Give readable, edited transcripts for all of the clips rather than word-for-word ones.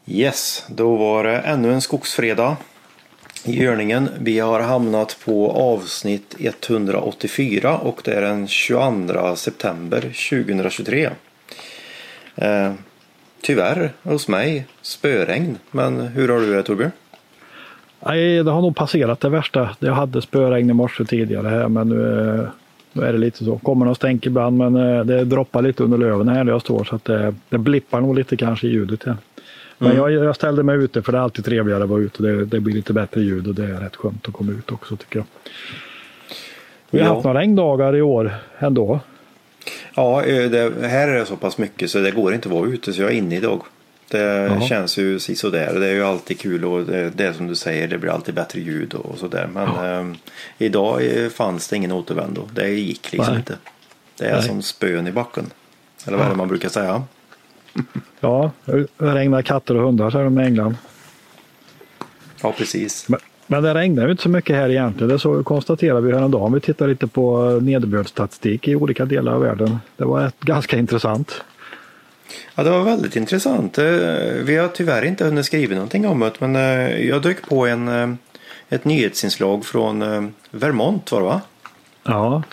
Yes, då var det ännu en skogsfredag i görningen. Vi har hamnat på avsnitt 184 och det är den 22 september 2023. Tyvärr hos mig spöregn, men hur har du det, Torbjörn? Nej, det har nog passerat det värsta. Jag hade spöregn i morse tidigare här, men nu är det lite så. Kommer någon stänk ibland, men det droppar lite under löven här där jag står, så att det blippar nog lite kanske i ljudet här. Men jag ställde mig ute, för det är alltid trevligare att vara ute. Det blir lite bättre ljud och det är rätt skönt att komma ut också, tycker jag. Vi har haft några regndagar i år ändå. Ja, här är det så pass mycket så det går inte att vara ute, så jag är inne idag. Det känns ju sådär. Det är ju alltid kul och det är som du säger, det blir alltid bättre ljud och sådär. Men idag fanns det ingen återvändo. Det gick liksom inte. Det är som spön i backen. Eller vad är det man brukar säga? Ja, det regnar katter och hundar, så är de i England. Ja, precis. Men det regnar ju inte så mycket här egentligen. Det så konstaterar vi häromdagen. Vi tittar lite på nederbördsstatistik i olika delar av världen. Det var ganska intressant. Ja, det var väldigt intressant. Vi har tyvärr inte hunnit skriva någonting om det, men jag dök på ett nyhetsinslag från Vermont, var det va? Ja.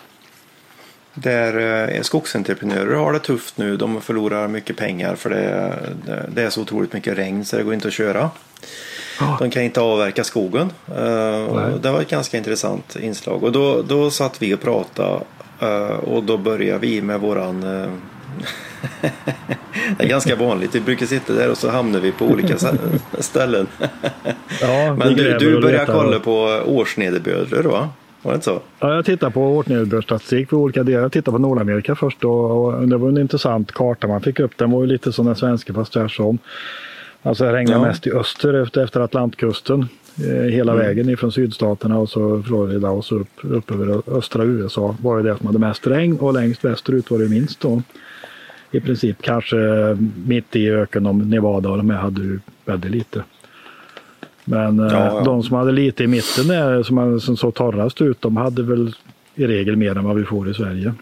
Där skogsentreprenörer har det tufft nu. De förlorar mycket pengar för det är så otroligt mycket regn så det går inte att köra. De kan inte avverka skogen. Det var ett ganska intressant inslag. Och då satt vi och pratade och då började vi med våran... det är ganska vanligt. Vi brukar sitta där och så hamnar vi på olika ställen. Men du börjar kolla på årsnederbörder då? Var det inte så? Ja, jag tittar på årsnederbördsstatistik för olika delar. Jag tittar på Nordamerika först och det var en intressant karta man fick upp. Den var ju lite som den svenska fast tvärsom. Alltså det regnar mest i öster efter Atlantkusten. Hela vägen ifrån sydstaterna och så Florida och så upp över östra USA var det som hade mest regn, och längst västerut var det minst då. I princip kanske mitt i öken om Nevada och de hade ju väldigt lite. Men de som hade lite i mitten där, som så torrast ut, de hade väl i regel mer än vad vi får i Sverige.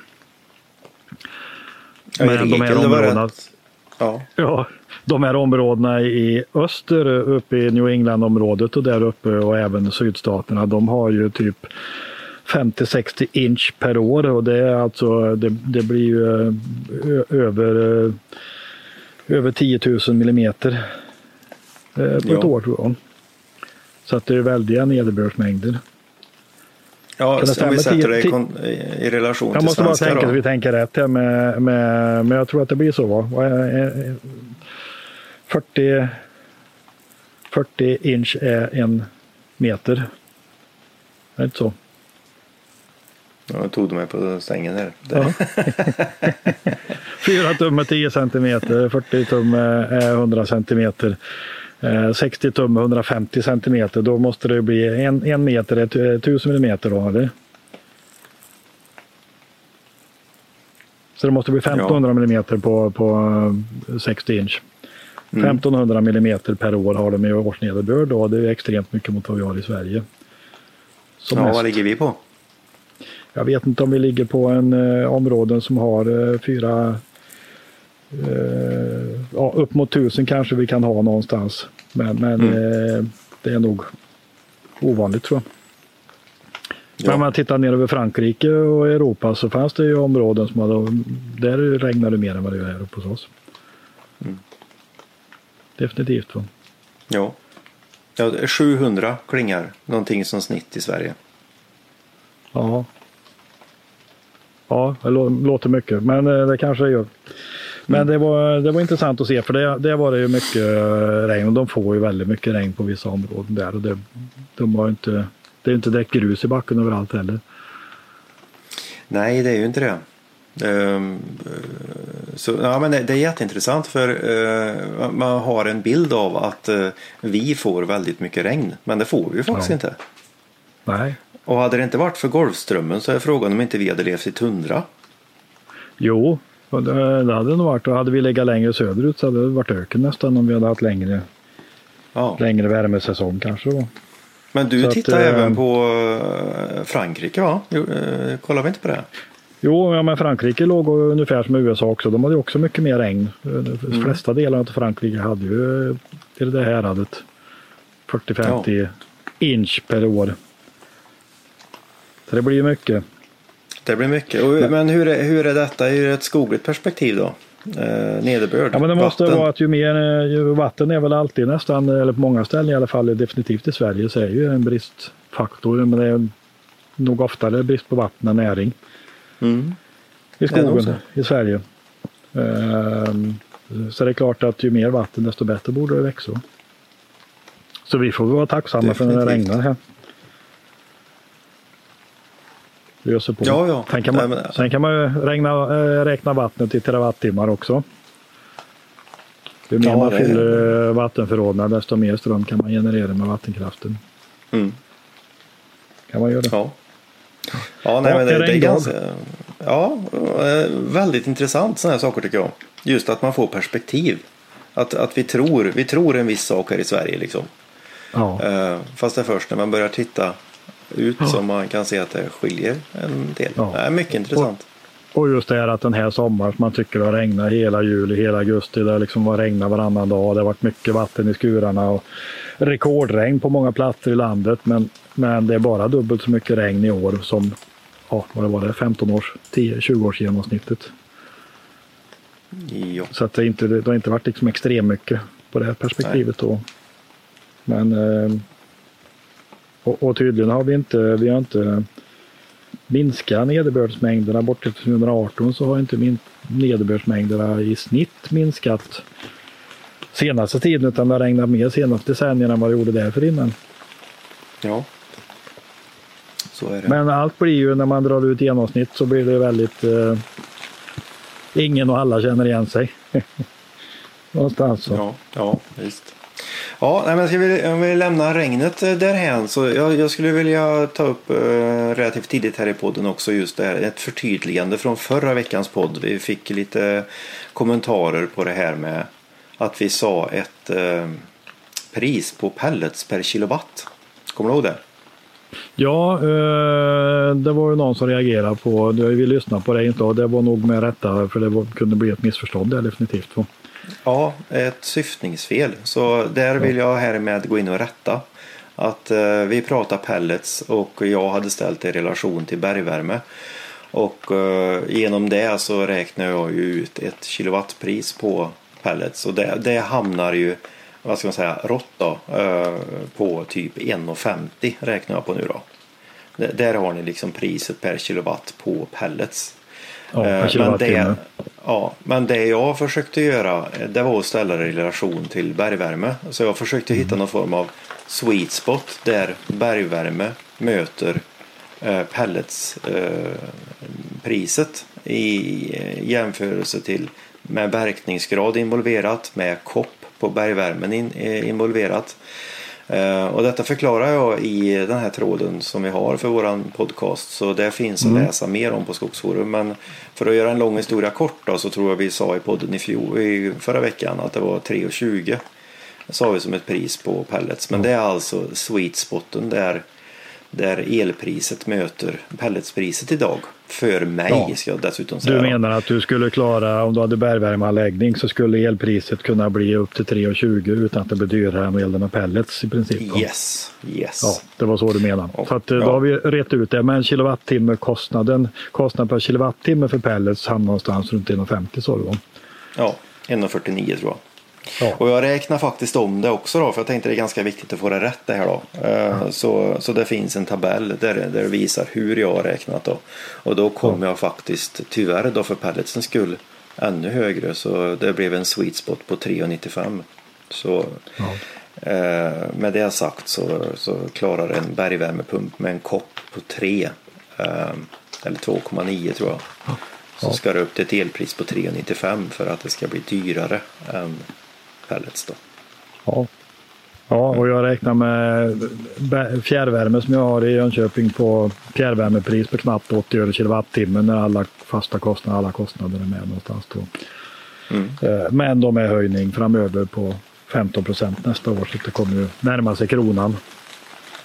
Men de här områdena... de här områdena i öster uppe i New England-området och där uppe och även sydstaterna, de har ju typ 50-60 inch per år, och det är alltså det blir ju över 10 000 millimeter på ett år, tror jag. Så att det är väldiga nederbördsmängder. Ja, om vi sätter det i relation till svenska. Jag måste bara tänka att vi tänker rätt här men jag tror att det blir så, va? 40 inch är 1 meter. Är det inte så? Ja, jag tog mig på stängen här. Ja. 4 tum är 10 centimeter, 40 tum är 100 centimeter. 60 tum 150 centimeter, då måste det bli en meter är 1000 millimeter då, eller? Så det måste bli 1500 millimeter på 60 inch. 1500 millimeter per år har de i årsnederbörd då, det är extremt mycket mot vad vi har i Sverige. Vad ligger vi på? Jag vet inte om vi ligger på en områden som har upp mot 1000 kanske vi kan ha någonstans. Men det är nog ovanligt, tror jag. Men om man tittar ner över Frankrike och Europa så fanns det ju områden som där regnade mer än vad det gör här uppe hos oss. Definitivt. Va? Ja, 700 klingar någonting som snitt i Sverige. Ja, det låter mycket, men det kanske det gör. Men det var intressant att se, för det var det ju mycket regn, och de får ju väldigt mycket regn på vissa områden där, och det är inte direkt grus i backen överallt heller. Nej, det är ju inte det. Men det är jätteintressant, för man har en bild av att vi får väldigt mycket regn, men det får vi ju faktiskt inte. Nej. Och hade det inte varit för Golfströmmen så är frågan om inte vi hade levt i tundra. Jo, det hade nog varit. Och hade vi legat längre söderut så hade det varit öken nästan, om vi hade haft längre värmesäsong kanske då. Men du tittar även på Frankrike, va? Kollar vi inte på det? Jo, men Frankrike låg ungefär som USA också. De hade ju också mycket mer regn. De flesta delar av Frankrike hade ju i det där häradet. 40-50 inch per år. Så det blir mycket. Det blir mycket. Men hur är detta ur ett skogligt perspektiv då? Nederbörd, ja, men det måste vatten. vara att ju vatten är väl alltid nästan, eller på många ställen i alla fall, definitivt i Sverige, så är ju en bristfaktor. Men det är nog oftare brist på vatten och näring i skogen i Sverige. Så det är klart att ju mer vatten desto bättre borde det växa. Så vi får vara tacksamma för när det regnar här. Det gör sig på. Ja. Sen kan man ju räkna vattnet i terawattimmar också. Ju mer man fyller vattenförrådena desto mer ström kan man generera med vattenkraften. Kan man göra det? Ja, nej, men det är ganska... Ja, väldigt intressant sådana här saker tycker jag. Just att man får perspektiv. Att vi tror en viss sak här i Sverige liksom. Ja. Fast det är först när man börjar titta ut som man kan se att det skiljer en del. Ja. Det är mycket intressant. Och just det här att den här sommaren man tycker det har regnat hela juli, hela augusti. Det liksom var regna varannan dag. Det har varit mycket vatten i skurarna och rekordregn på många platser i landet. Men det är bara dubbelt så mycket regn i år som vad var det, 15 års, 10-20 års genomsnittet. Ja. Så att det har inte varit liksom extremt mycket på det här perspektivet då. Men och tydligen har vi inte minskat nederbördsmängderna. Bort till 2018 så har inte nederbördsmängderna i snitt minskat senaste tiden, utan det har regnat mer senaste decennierna än vad det gjorde därför innan. Ja. Så är det. Men allt blir ju, när man drar ut genomsnitt så blir det väldigt ingen och alla känner igen sig. Någonstans så. Ja, visst. Ja, nej, men om vi lämnar regnet därhän så jag skulle vilja ta upp relativt tidigt här i podden också just det här, ett förtydligande från förra veckans podd. Vi fick lite kommentarer på det här med att vi sa ett pris på pellets per kilowatt. Kommer du ihåg det? Ja, det var ju någon som reagerade på, vi lyssnade på det inte och det var nog med rätta, för det kunde bli ett missförstånd där definitivt. Ja, ett syftningsfel. Så där vill jag härmed gå in och rätta att vi pratar pellets och jag hade ställt det i relation till bergvärme. Och genom det så räknar jag ju ut ett kilowattpris på pellets. Och det hamnar ju, vad ska man säga, rått då, på typ 1,50 räknar jag på nu då. Där har ni liksom priset per kilowatt på pellets. Men det jag försökte göra, det var att ställa det i relation till bergvärme. Så jag försökte hitta någon form av sweet spot där bergvärme möter pellets priset i jämförelse till med verkningsgrad involverat, med kopp på bergvärmen involverat. Och detta förklarar jag i den här tråden som vi har för våran podcast, så det finns att läsa mer om på Skogsforum. Men för att göra en lång historia kort då, så tror jag vi sa i podden i förra veckan att det var 3,20 sa vi som ett pris på pellets. Men det är alltså sweet spoten där elpriset möter pelletspriset idag. För mig ska jag dessutom säga. Du menar att du skulle klara, om du hade bergvärmeanläggning så skulle elpriset kunna bli upp till 3,20 utan att det blir dyrare än elden med pellets i princip? Yes. Ja, det var så du menar. Så att, då har vi rätt ut det. Men kostnaden per kilowattimme för pellets hamnar någonstans runt 1,50 sa du va? Ja, 1,49 tror jag. Ja. Och jag räknar faktiskt om det också då, för jag tänkte det är ganska viktigt att få det rätt det här då. Så det finns en tabell där det visar hur jag har räknat då. Och då kom jag faktiskt tyvärr då för pelletsens skull ännu högre, så det blev en sweet spot på 3,95. Så med det sagt så klarar en bergvärmepump med en kopp på 3 eller 2,9 tror jag. Så ska det upp till ett elpris på 3,95 för att det ska bli dyrare än pellets då. Ja, och jag räknar med fjärrvärme som jag har i Jönköping på fjärrvärmepris på knappt 80 öre kilowattimmen när alla fasta kostnader, alla kostnader är med någonstans då. Men de är höjning framöver på 15% nästa år, så det kommer ju närma sig kronan.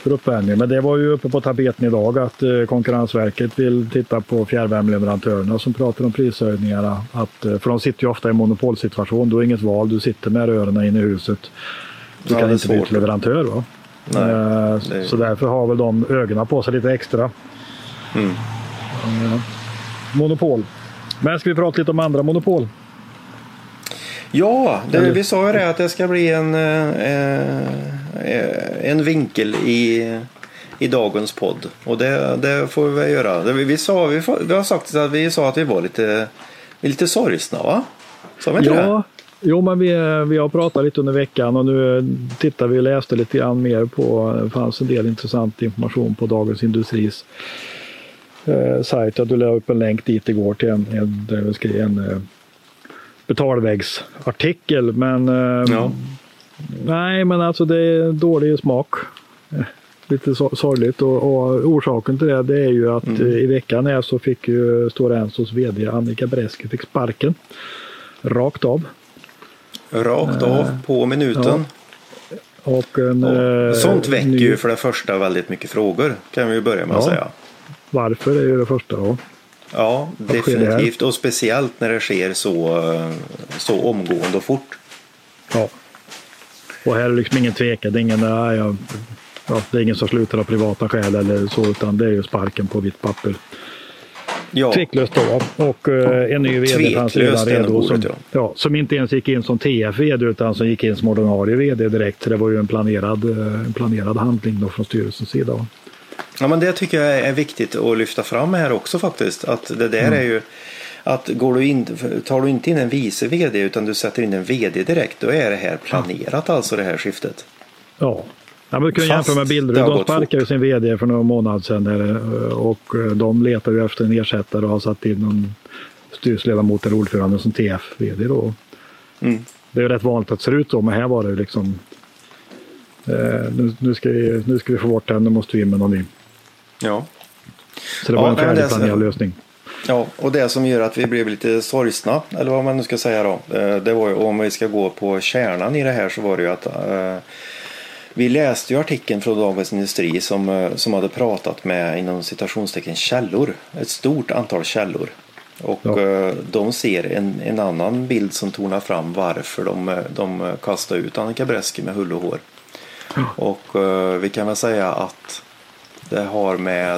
för uppvärmning. Men det var ju uppe på tapeten idag att Konkurrensverket vill titta på fjärrvärmeleverantörerna som pratar om prishöjningarna. För de sitter ju ofta i monopolsituation. Du har inget val, du sitter med rören in i huset. Du kan inte byta leverantör, va? Nej, så därför har väl de ögonen på sig lite extra. Monopol. Men ska vi prata lite om andra monopol? Ja, vi sa ju det att det ska bli en vinkel i dagens podd. Och det får vi väl göra. Vi har sagt att vi sa att vi var lite sorgsna, va? Sa vi inte det? Jo, men vi har pratat lite under veckan och nu tittar vi och läste lite grann mer på, det fanns en del intressant information på Dagens Industris sajt. Du la upp en länk dit igår till en betalvägsartikel, men nej, men alltså det är dålig smak. Lite sorgligt och orsaken till det är ju att i veckan så fick ju Stora Ensos vd Annika Bresky fick sparken rakt av på minuten. Och sånt väcker ju för det första väldigt mycket frågor, kan vi ju börja med att säga. Varför är ju det första då? Ja, definitivt. Och speciellt när det sker så omgående och fort. Ja. Och här är liksom ingen tvekan. Det är ingen som slutar av privata skäl eller så, utan det är ju sparken på vitt papper. Ja. Tveklöst då. Och en ny vd fanns redan redo som inte ens gick in som TF-vd utan som gick in som ordinarie vd direkt. Det var ju en planerad handling då från styrelsens sida. Ja, men det tycker jag är viktigt att lyfta fram här också faktiskt. Att det där är ju att tar du inte in en vice vd utan du sätter in en vd direkt, då är det här planerat, alltså det här skiftet. Ja, men du kan jämföra med Billerud. De sparkade ju sin vd för några månader sedan och de letar ju efter en ersättare och har satt in en styrelseledamot eller ordförande som TF-vd då. Det är ju rätt vanligt att det ser ut så, men här var det liksom nu ska vi få bort den, nu måste vi in med någon ny. Ja. Så det var en färdigplanerad lösning. Ja, och det som gör att vi blev lite sorgsna, eller vad man nu ska säga då, det var ju, om vi ska gå på kärnan i det här, så var det ju att vi läste ju artikeln från Dagens Industri som hade pratat med inom citationstecken källor, ett stort antal källor. Och de ser en annan bild som tonar fram varför de kastar ut Annika Bresky med hull och hår. Och vi kan väl säga att det har med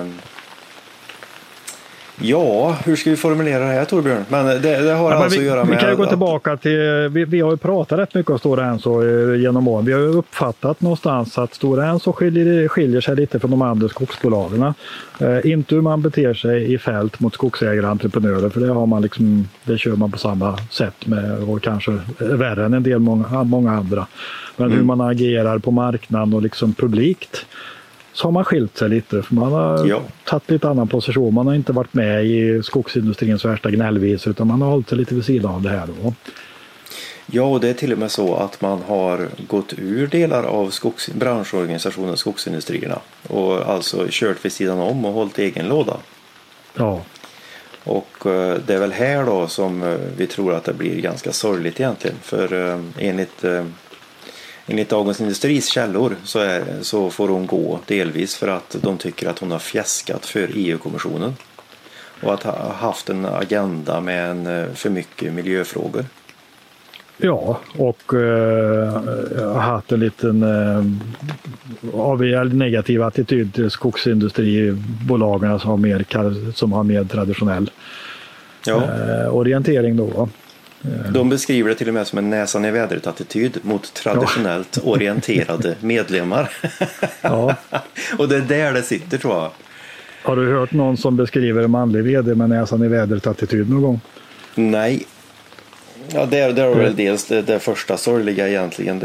hur ska vi formulera det här, Torbjörn? Men det har alltså att göra med... Vi kan ju gå tillbaka till... Vi har ju pratat rätt mycket om Stora Enso genom åren. Vi har ju uppfattat någonstans att Stora Enso skiljer sig lite från de andra skogsbolagen. Inte hur man beter sig i fält mot skogsägare och entreprenörer, för det har man liksom, det kör man på samma sätt med, och kanske värre än en del många andra. Men hur man agerar på marknaden och liksom publikt, så har man skilt sig lite, för man har tagit lite annan position. Man har inte varit med i skogsindustrins värsta gnällvis, utan man har hållit sig lite vid sidan av det här då. Ja, och det är till och med så att man har gått ur delar av branschorganisationen skogsindustrierna och alltså kört vid sidan om och hållit egen låda. Ja. Och det är väl här då som vi tror att det blir ganska sorgligt egentligen, för enligt Dagens Industris källor så får hon gå delvis för att de tycker att hon har fjäskat för EU-kommissionen och att ha haft en agenda med för mycket miljöfrågor. Ja, och har haft en liten negativ attityd till skogsindustribolagen som har mer traditionell orientering då. De beskriver det till och med som en näsan i vädret attityd mot traditionellt orienterade medlemmar. Ja. Och det är där det sitter, tror jag. Har du hört någon som beskriver en manlig vd med näsan i vädret attityd någon gång? Nej. Ja, det är väl dels det första sorgliga egentligen.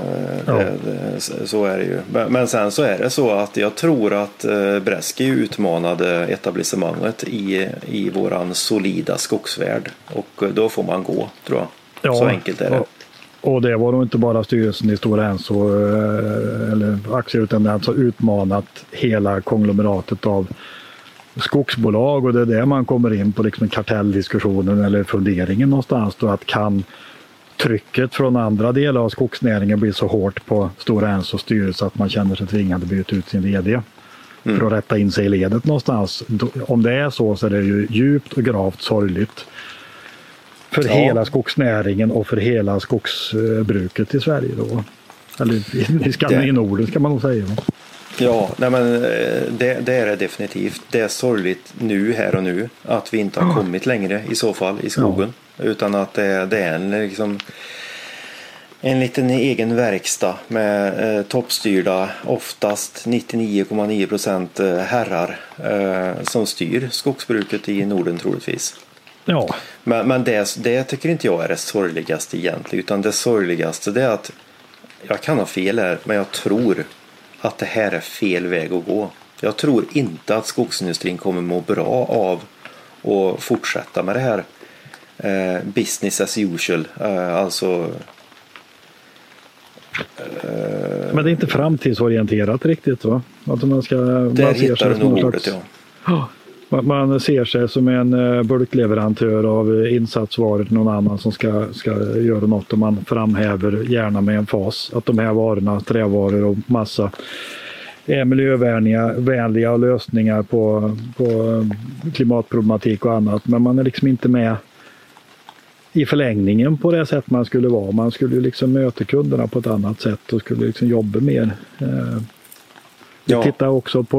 Så är det ju. Men sen så är det så att jag tror att Bresky utmanade etablissemanget i våran solida skogsvärld. Och då får man gå, tror jag. Ja, så enkelt är det. Och det var nog inte bara styrelsen i Stora Enso eller aktier, utan det har alltså utmanat hela konglomeratet av skogsbolag, och det är där man kommer in på liksom kartelldiskussionen eller funderingen någonstans då, att kan trycket från andra delar av skogsnäringen blir så hårt på Stora Ensos styrelse att man känner sig tvingad att byta ut sin vd för att rätta in sig i ledet någonstans. Om det är så är det ju djupt och gravt sorgligt för hela skogsnäringen och för hela skogsbruket i Sverige då. Eller i Norden ska man nog säga. Ja, nej men det är det definitivt. Det är sorgligt nu, här och nu, att vi inte har kommit längre i så fall i skogen. Utan att det är en liten egen verkstad med toppstyrda, oftast 99,9% herrar som styr skogsbruket i Norden troligtvis. Ja. Men det tycker inte jag är det sorgligaste egentligen, utan det sorgligaste det är att jag kan ha fel här, men jag tror att det här är fel väg att gå. Jag tror inte att skogsindustrin kommer må bra av att fortsätta med det här business as usual. Men det är inte framtidsorienterat riktigt va? Att man ska, där hittar du nog ordet, ja. Man ser sig som en bulkleverantör av insatsvaror till någon annan som ska göra något, och man framhäver gärna med en fas att de här varorna, trävaror och massa är miljövänliga lösningar på klimatproblematik och annat, men man är liksom inte med i förlängningen på det sätt man skulle vara. Man skulle ju liksom möta kunderna på ett annat sätt och skulle liksom jobba mer. Jag tittar också på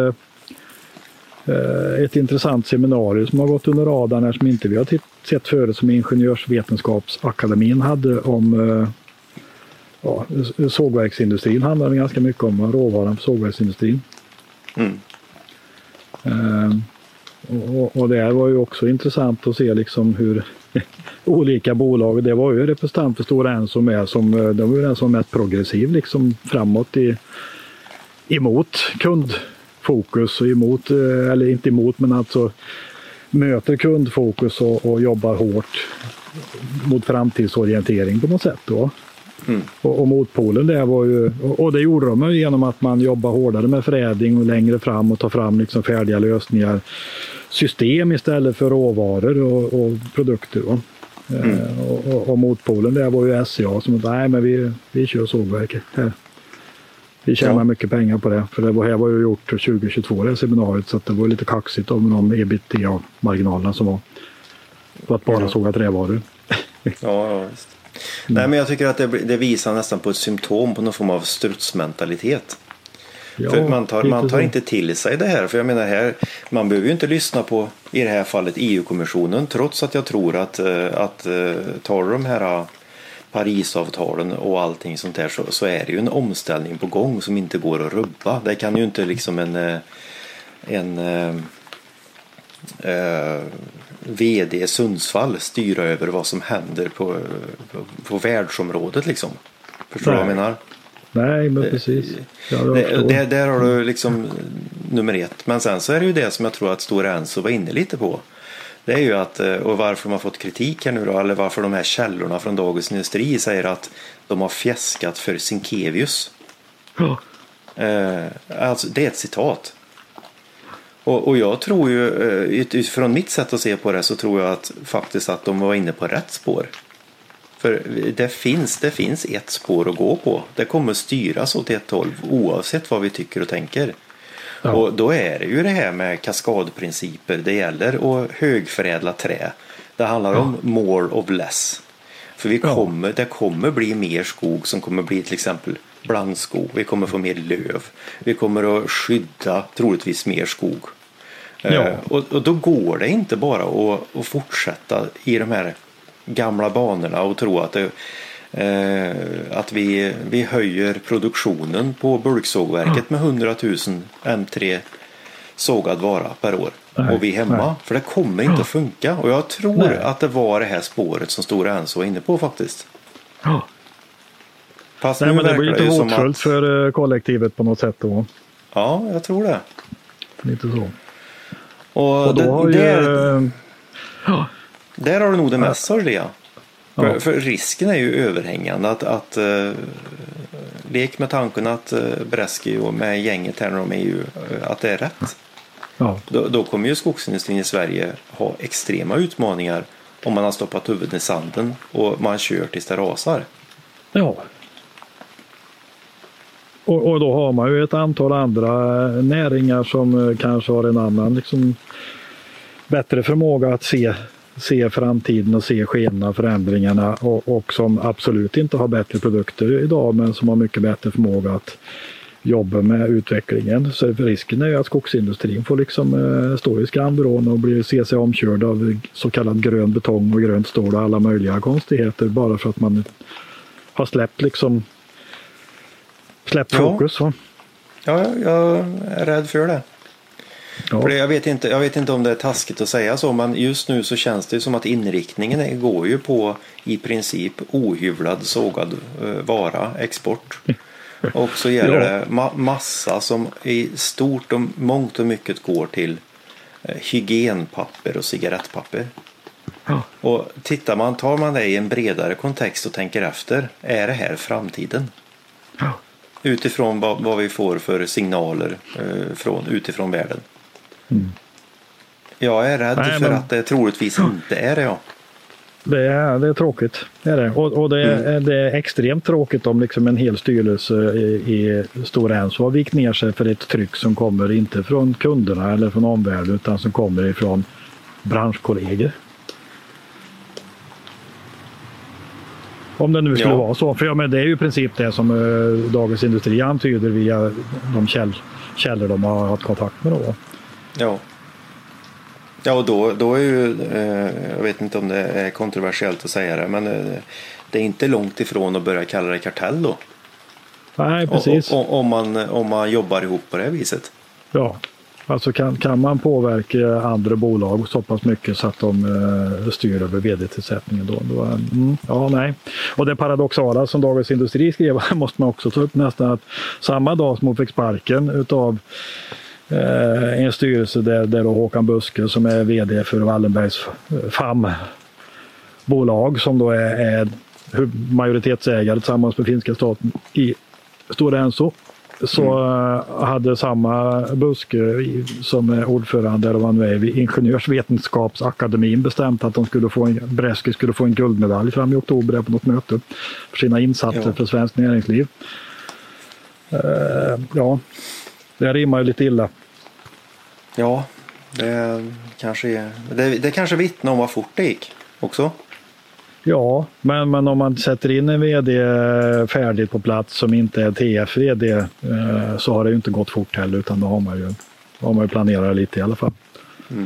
ett intressant seminarium som har gått under radarn här, som inte vi har sett förut, som Ingenjörsvetenskapsakademin hade om sågverksindustrin. Handlar ganska mycket om råvaran för sågverksindustrin. Och det var ju också intressant att se liksom hur olika bolag, det var ju representant för Stora Enso med, de var ju den som är mest progressiv liksom framåt emot kundfokus och emot, eller inte emot, men alltså möter kundfokus och jobbar hårt mot framtidsorientering på något sätt då. Och motpolen där var ju, och det gjorde de genom att man jobbar hårdare med förädling och längre fram och ta fram liksom färdiga lösningar, system istället för råvaror och produkter då. Och motpolen där var ju SCA som nej, men vi kör sågverket här. Vi tjänar mycket pengar på det, för det här var ju gjort 2022 det seminariet, så att det var lite kaxigt om de EBITDA-marginalerna som var för att bara såga trävaror. Ja, visst. Nej, men jag tycker att det visar nästan på ett symptom på någon form av strutsmentalitet. Ja, för man tar inte till sig det här. För jag menar man behöver ju inte lyssna på, i det här fallet, EU-kommissionen. Trots att jag tror att tar de här Parisavtalen och allting sånt där, så är det ju en omställning på gång som inte går att rubba. Det kan ju inte liksom en vd i Sundsvall styra över vad som händer på världsområdet liksom. Förstår du vad jag menar? Nej, men precis. Där har du liksom nummer ett. Men sen så är det ju det som jag tror att Stora Enso var inne lite på. Det är ju att, och varför de har fått kritik här nu då, eller varför de här källorna från Dagens Industri säger att de har fjäskat för Sinkevius. Ja. Alltså, det är ett citat. Och jag tror ju, utifrån mitt sätt att se på det, så tror jag att faktiskt att de var inne på rätt spår. För det finns ett spår att gå på. Det kommer styras åt ett håll oavsett vad vi tycker och tänker. Ja. Och då är det ju det här med kaskadprinciper. Det gäller att högförädla trä. Det handlar om more of less. För det kommer bli mer skog som kommer bli till exempel blandskog. Vi kommer få mer löv. Vi kommer att skydda troligtvis mer skog. Ja. Och då går det inte bara att fortsätta i de här gamla banorna och tro att vi höjer produktionen på bulksågverket med 100 000 M3 sågad vara per år. Nej, och vi är hemma. Nej. För det kommer inte att funka. Och jag tror att det var det här spåret som Stora Enso var inne på faktiskt. Ja. Fast men det blir lite hotfullt för kollektivet på något sätt då. Ja, jag tror det. Lite så. Och då där har du nog det mest sorgliga. För risken är ju överhängande att lek med tanken att Bresky och med gänget här när de är ju att det är rätt. Ja. Då kommer ju skogsindustrin i Sverige ha extrema utmaningar om man har stoppat huvudet i sanden och man kör tills det rasar. Ja. Och då har man ju ett antal andra näringar som kanske har en annan liksom, bättre förmåga att se framtiden och se skenorna, förändringarna och som absolut inte har bättre produkter idag men som har mycket bättre förmåga att jobba med utvecklingen. Så risken är ju att skogsindustrin får liksom stå i skamvrån och se sig omkörd av så kallad grön betong och grönt stål och alla möjliga konstigheter bara för att man har släppt fokus. Va? Ja, jag är rädd för det. Ja. För jag vet inte om det är taskigt att säga så, men just nu så känns det som att inriktningen går ju på i princip ohyvlad sågad vara, export. Och så gäller det massa som i stort och mångt och mycket går till hygienpapper och cigarettpapper. Ja. Och tar man det i en bredare kontext och tänker efter, är det här framtiden? Ja. Utifrån vad vi får för signaler utifrån världen. Mm. Jag är rädd för att det troligtvis inte är det. Ja. Det är tråkigt. Det är det. Och det är extremt tråkigt om liksom en hel styrelse i Stora Enso har vikt ner sig för ett tryck som kommer inte från kunderna eller från omvärlden utan som kommer ifrån branschkollegor. Om det nu skulle vara så. För det är ju i princip det som Dagens Industri antyder via de källor de har haft kontakt med då. Ja, och då är ju, jag vet inte om det är kontroversiellt att säga det, men det är inte långt ifrån att börja kalla det kartell då. Nej, precis. Om man jobbar ihop på det viset. Ja, alltså kan man påverka andra bolag så pass mycket så att de styr över vd-tillsättningen då nej. Och det paradoxala som Dagens Industri skrev måste man också ta upp nästan att samma dag som hon fick sparken utav en styrelse där då Håkan Buske som är vd för Wallenbergs FAM-bolag som då är majoritetsägare tillsammans med finska staten i Stora Enso. Så hade samma Buske som är ordförande och var med vid Ingenjörsvetenskapsakademin bestämt att Bresky skulle få en guldmedalj fram i oktober på något möte för sina insatser för svensk näringsliv. Det rimmar ju lite illa. Ja, det kanske vittnar om vad fort det gick också. Ja, men om man sätter in en vd färdigt på plats som inte är TF-vd så har det ju inte gått fort heller utan då har man ju planerat lite i alla fall. Mm.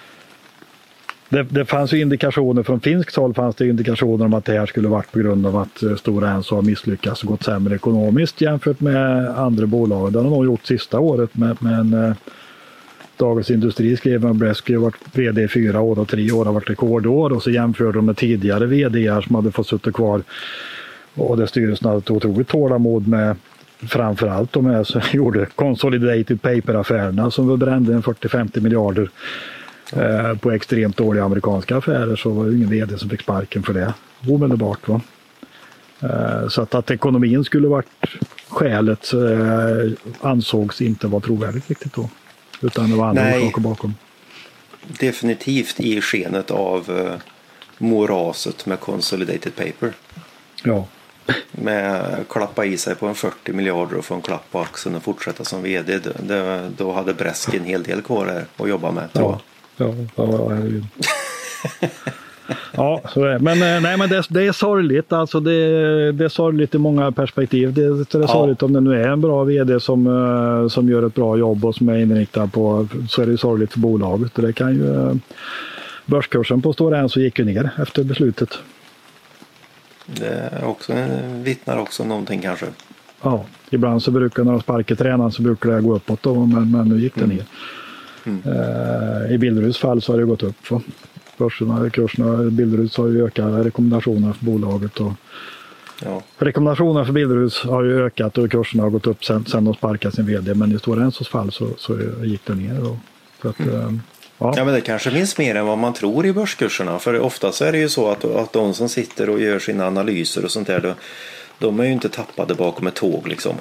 Det fanns ju indikationer från finskt håll fanns det indikationer om att det här skulle varit på grund av att Stora Enso har misslyckats och gått sämre ekonomiskt jämfört med andra bolag. Det har de nog gjort sista året men Dagens Industri skrev att Bresky har varit vd i 4 år och 3 år har varit rekordår och så jämförde de med tidigare vd:ar som hade fått sitta kvar och där styrelsen hade ett otroligt tålamod med framförallt de här som gjorde consolidated paper-affärerna som brände 40-50 miljarder på extremt dåliga amerikanska affärer så var det ingen vd som fick sparken för det omedelbart. Va? Så att ekonomin skulle varit skälet ansågs inte vara trovärdigt riktigt då. Utan det var andra saker bakom. Definitivt i skenet av moraset med consolidated paper. Ja. Med klappa i sig på en 40 miljarder och få en klapp på axeln och fortsätta som vd. Då hade Bresky en hel del kvar där att jobba med. Ja, herregud. Ja, så är. Men det är sorgligt. Alltså det är sorgligt i många perspektiv. Det är sorgligt om det nu är en bra vd som gör ett bra jobb och som är inriktad på, så är det sorgligt för bolaget. Det kan ju börskursen på Stora Enso gick ju ner efter beslutet. Det vittnar också någonting kanske. Ja, ibland så brukar när de sparkar tränaren så brukar det gå uppåt då, men nu gick det ner. I Billeruds fall så har det gått upp. Kurserna Billeruds har ju ökat rekommendationerna för bolaget och rekommendationerna för Billeruds har ju ökat och kurserna har gått upp sen de sparkade sin vd, men i Stora Ensos fall så gick det ner då. Så att, men det kanske finns mer än vad man tror i börskurserna, för ofta så är det ju så att de som sitter och gör sina analyser och sånt där, de är ju inte tappade bakom ett tåg liksom.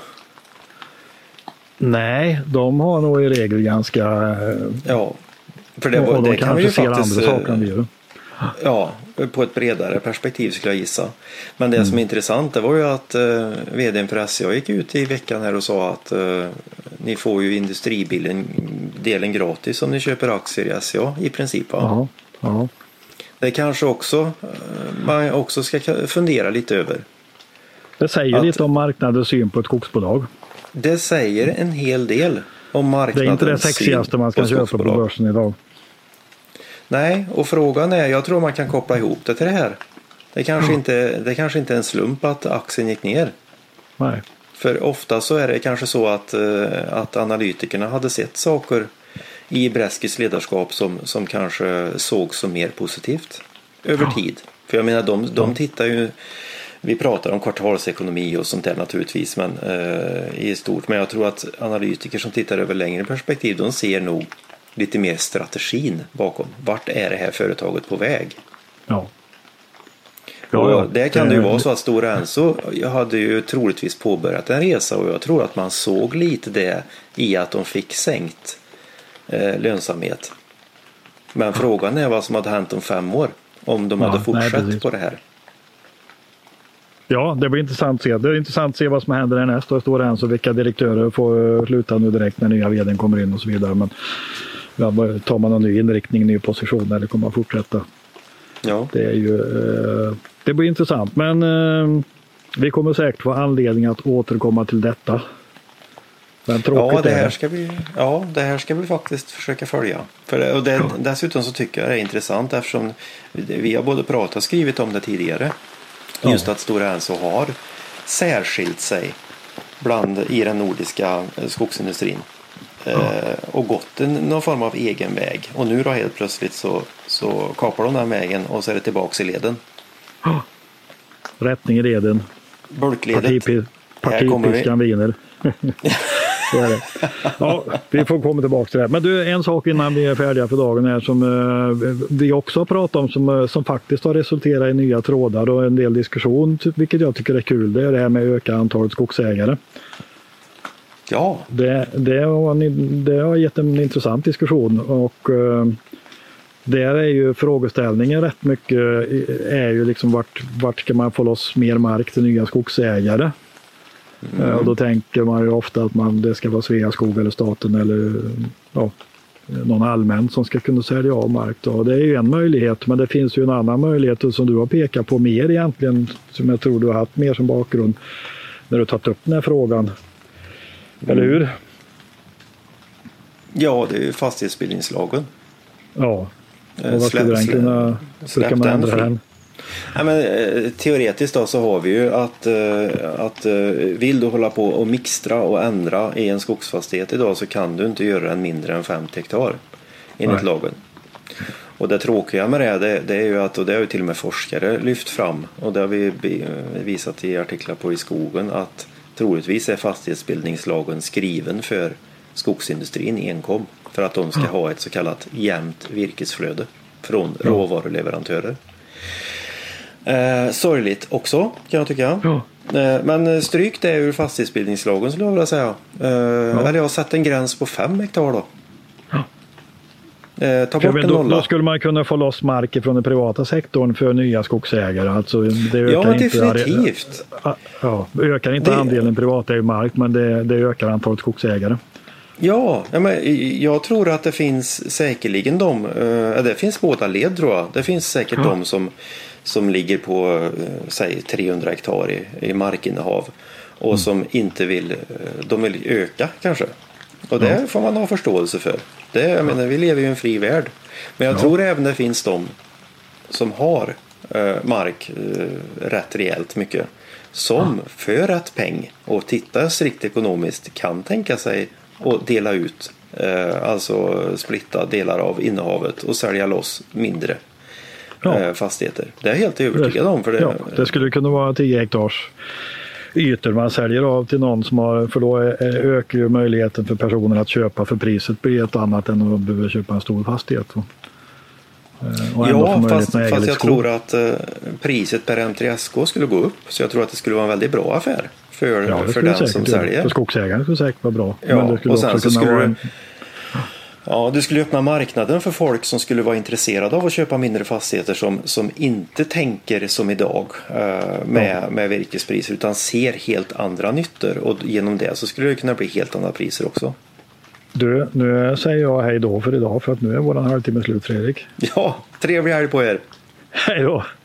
Nej, de har nog i regel ganska för det kan vi ju faktiskt andra saker än vi gör. Ja, på ett bredare perspektiv skulle jag gissa. Men det som är intressant, det var ju att vdn för SCA gick ut i veckan här och sa att ni får ju industribilen-delen gratis om ni köper aktier i SCA i princip. Ja. Det kanske också man också ska fundera lite över. Det säger lite om marknadens syn på ett skogsbolag. Det säger en hel del om marknadens syn. Det är inte det sexigaste man ska köpa på börsen idag. Nej, och frågan är, jag tror man kan koppla ihop det till det här. Det kanske inte är en slump att aktien gick ner. Nej. För ofta så är det kanske så att analytikerna hade sett saker i Breskis ledarskap som kanske såg som mer positivt över tid. För jag menar, de tittar ju, vi pratar om kvartalsekonomi och sånt där naturligtvis, men i stort. Men jag tror att analytiker som tittar över längre perspektiv, de ser nog lite mer strategin bakom. Vart är det här företaget på väg? Ja. Och det kan det ju vara så att Stora Enso hade ju troligtvis påbörjat en resa, och jag tror att man såg lite det i att de fick sänkt lönsamhet. Men frågan är vad som hade hänt om 5 år om de hade fortsatt på det här. Ja, det blir intressant att se. Det är intressant att se vad som händer härnäst och Stora Enso, vilka direktörer får sluta nu direkt när nya vdn kommer in och så vidare. Men tar man någon ny inriktning, ny position, eller kommer man fortsätta? Ja. Det är ju det blir intressant, men vi kommer säkert få anledning att återkomma till detta. Men det här ska vi faktiskt försöka följa. Dessutom så tycker jag det är intressant eftersom vi har både pratat och skrivit om det tidigare. Just att Stora Enso har särskilt sig i den nordiska skogsindustrin. Och gått någon form av egen väg. Och nu då helt plötsligt så kapar de den vägen och så är det tillbaka i leden. Rättning i leden. Bulkledet. Partipiskan vinner. Så är det. Ja, vi får komma tillbaka till det. Men du, en sak innan vi är färdiga för dagen här som vi också har pratat om som faktiskt har resulterat i nya trådar och en del diskussion, vilket jag tycker är kul. Det är det här med att öka antalet skogsägare. Ja. Det har gett en intressant diskussion, och där är ju frågeställningen rätt mycket är ju liksom vart ska man få loss mer mark till nya skogsägare? Och då tänker man ju ofta att det ska vara Sveaskog eller staten eller någon allmän som ska kunna sälja av mark då. Det är ju en möjlighet, men det finns ju en annan möjlighet som du har pekat på mer egentligen, som jag tror du har haft mer som bakgrund när du tagit upp den här frågan. Eller hur? Ja, det är ju fastighetsbildningslagen. Ja. Och vad skulle den kunna... Hur kan man ändra den? Ja, men, teoretiskt då så har vi ju att vill du hålla på och mixtra och ändra i en skogsfastighet idag, så kan du inte göra den mindre än 50 hektar enligt lagen. Och det tråkiga med det är ju att, och det har ju till och med forskare lyft fram, och det har vi visat i artiklar på i skogen, att troligtvis är fastighetsbildningslagen skriven för skogsindustrin enkom, för att de ska ha ett så kallat jämnt virkesflöde från råvaruleverantörer. Sorgligt också, kan jag tycka. Men stryk det ur fastighetsbildningslagen, skulle jag vilja säga. Eller jag har satt en gräns på 5 hektar då. Ta bort en nolla. Då skulle man kunna få loss mark från den privata sektorn för nya skogsägare. Alltså, det ökar definitivt. Ökar inte andelen privatägd mark, men det ökar antalet skogsägare. Ja, men jag tror att det finns säkerligen det finns båda led, tror jag. Det finns säkert de som ligger på säg 300 hektar i markinnehav och som inte vill öka kanske. Och det får man ha förståelse för. Jag menar, vi lever i en fri värld. Men jag tror även det finns de som har mark rätt rejält mycket, som för rätt peng och titta strikt ekonomiskt kan tänka sig att dela ut, alltså splitta delar av innehavet och sälja loss mindre fastigheter. Det är jag helt övertygad om. För det skulle kunna vara 10 hektars ytor man säljer av till någon som har, för då ökar ju möjligheten för personer att köpa, för priset blir ett annat än att behöva köpa en stor fastighet. Fast jag tror att priset per M3SK skulle gå upp, så jag tror att det skulle vara en väldigt bra affär för den som säljer. För skogsägaren skulle det säkert vara bra. Ja, men det skulle och sen också så kunna vara Ja, du skulle öppna marknaden för folk som skulle vara intresserade av att köpa mindre fastigheter som inte tänker som idag med virkespriser utan ser helt andra nyttor, och genom det så skulle det kunna bli helt andra priser också. Du, nu säger jag hej då för idag, för att nu är våran halvtimme slut, Fredrik. Ja, trevlig helg på er. Hej då.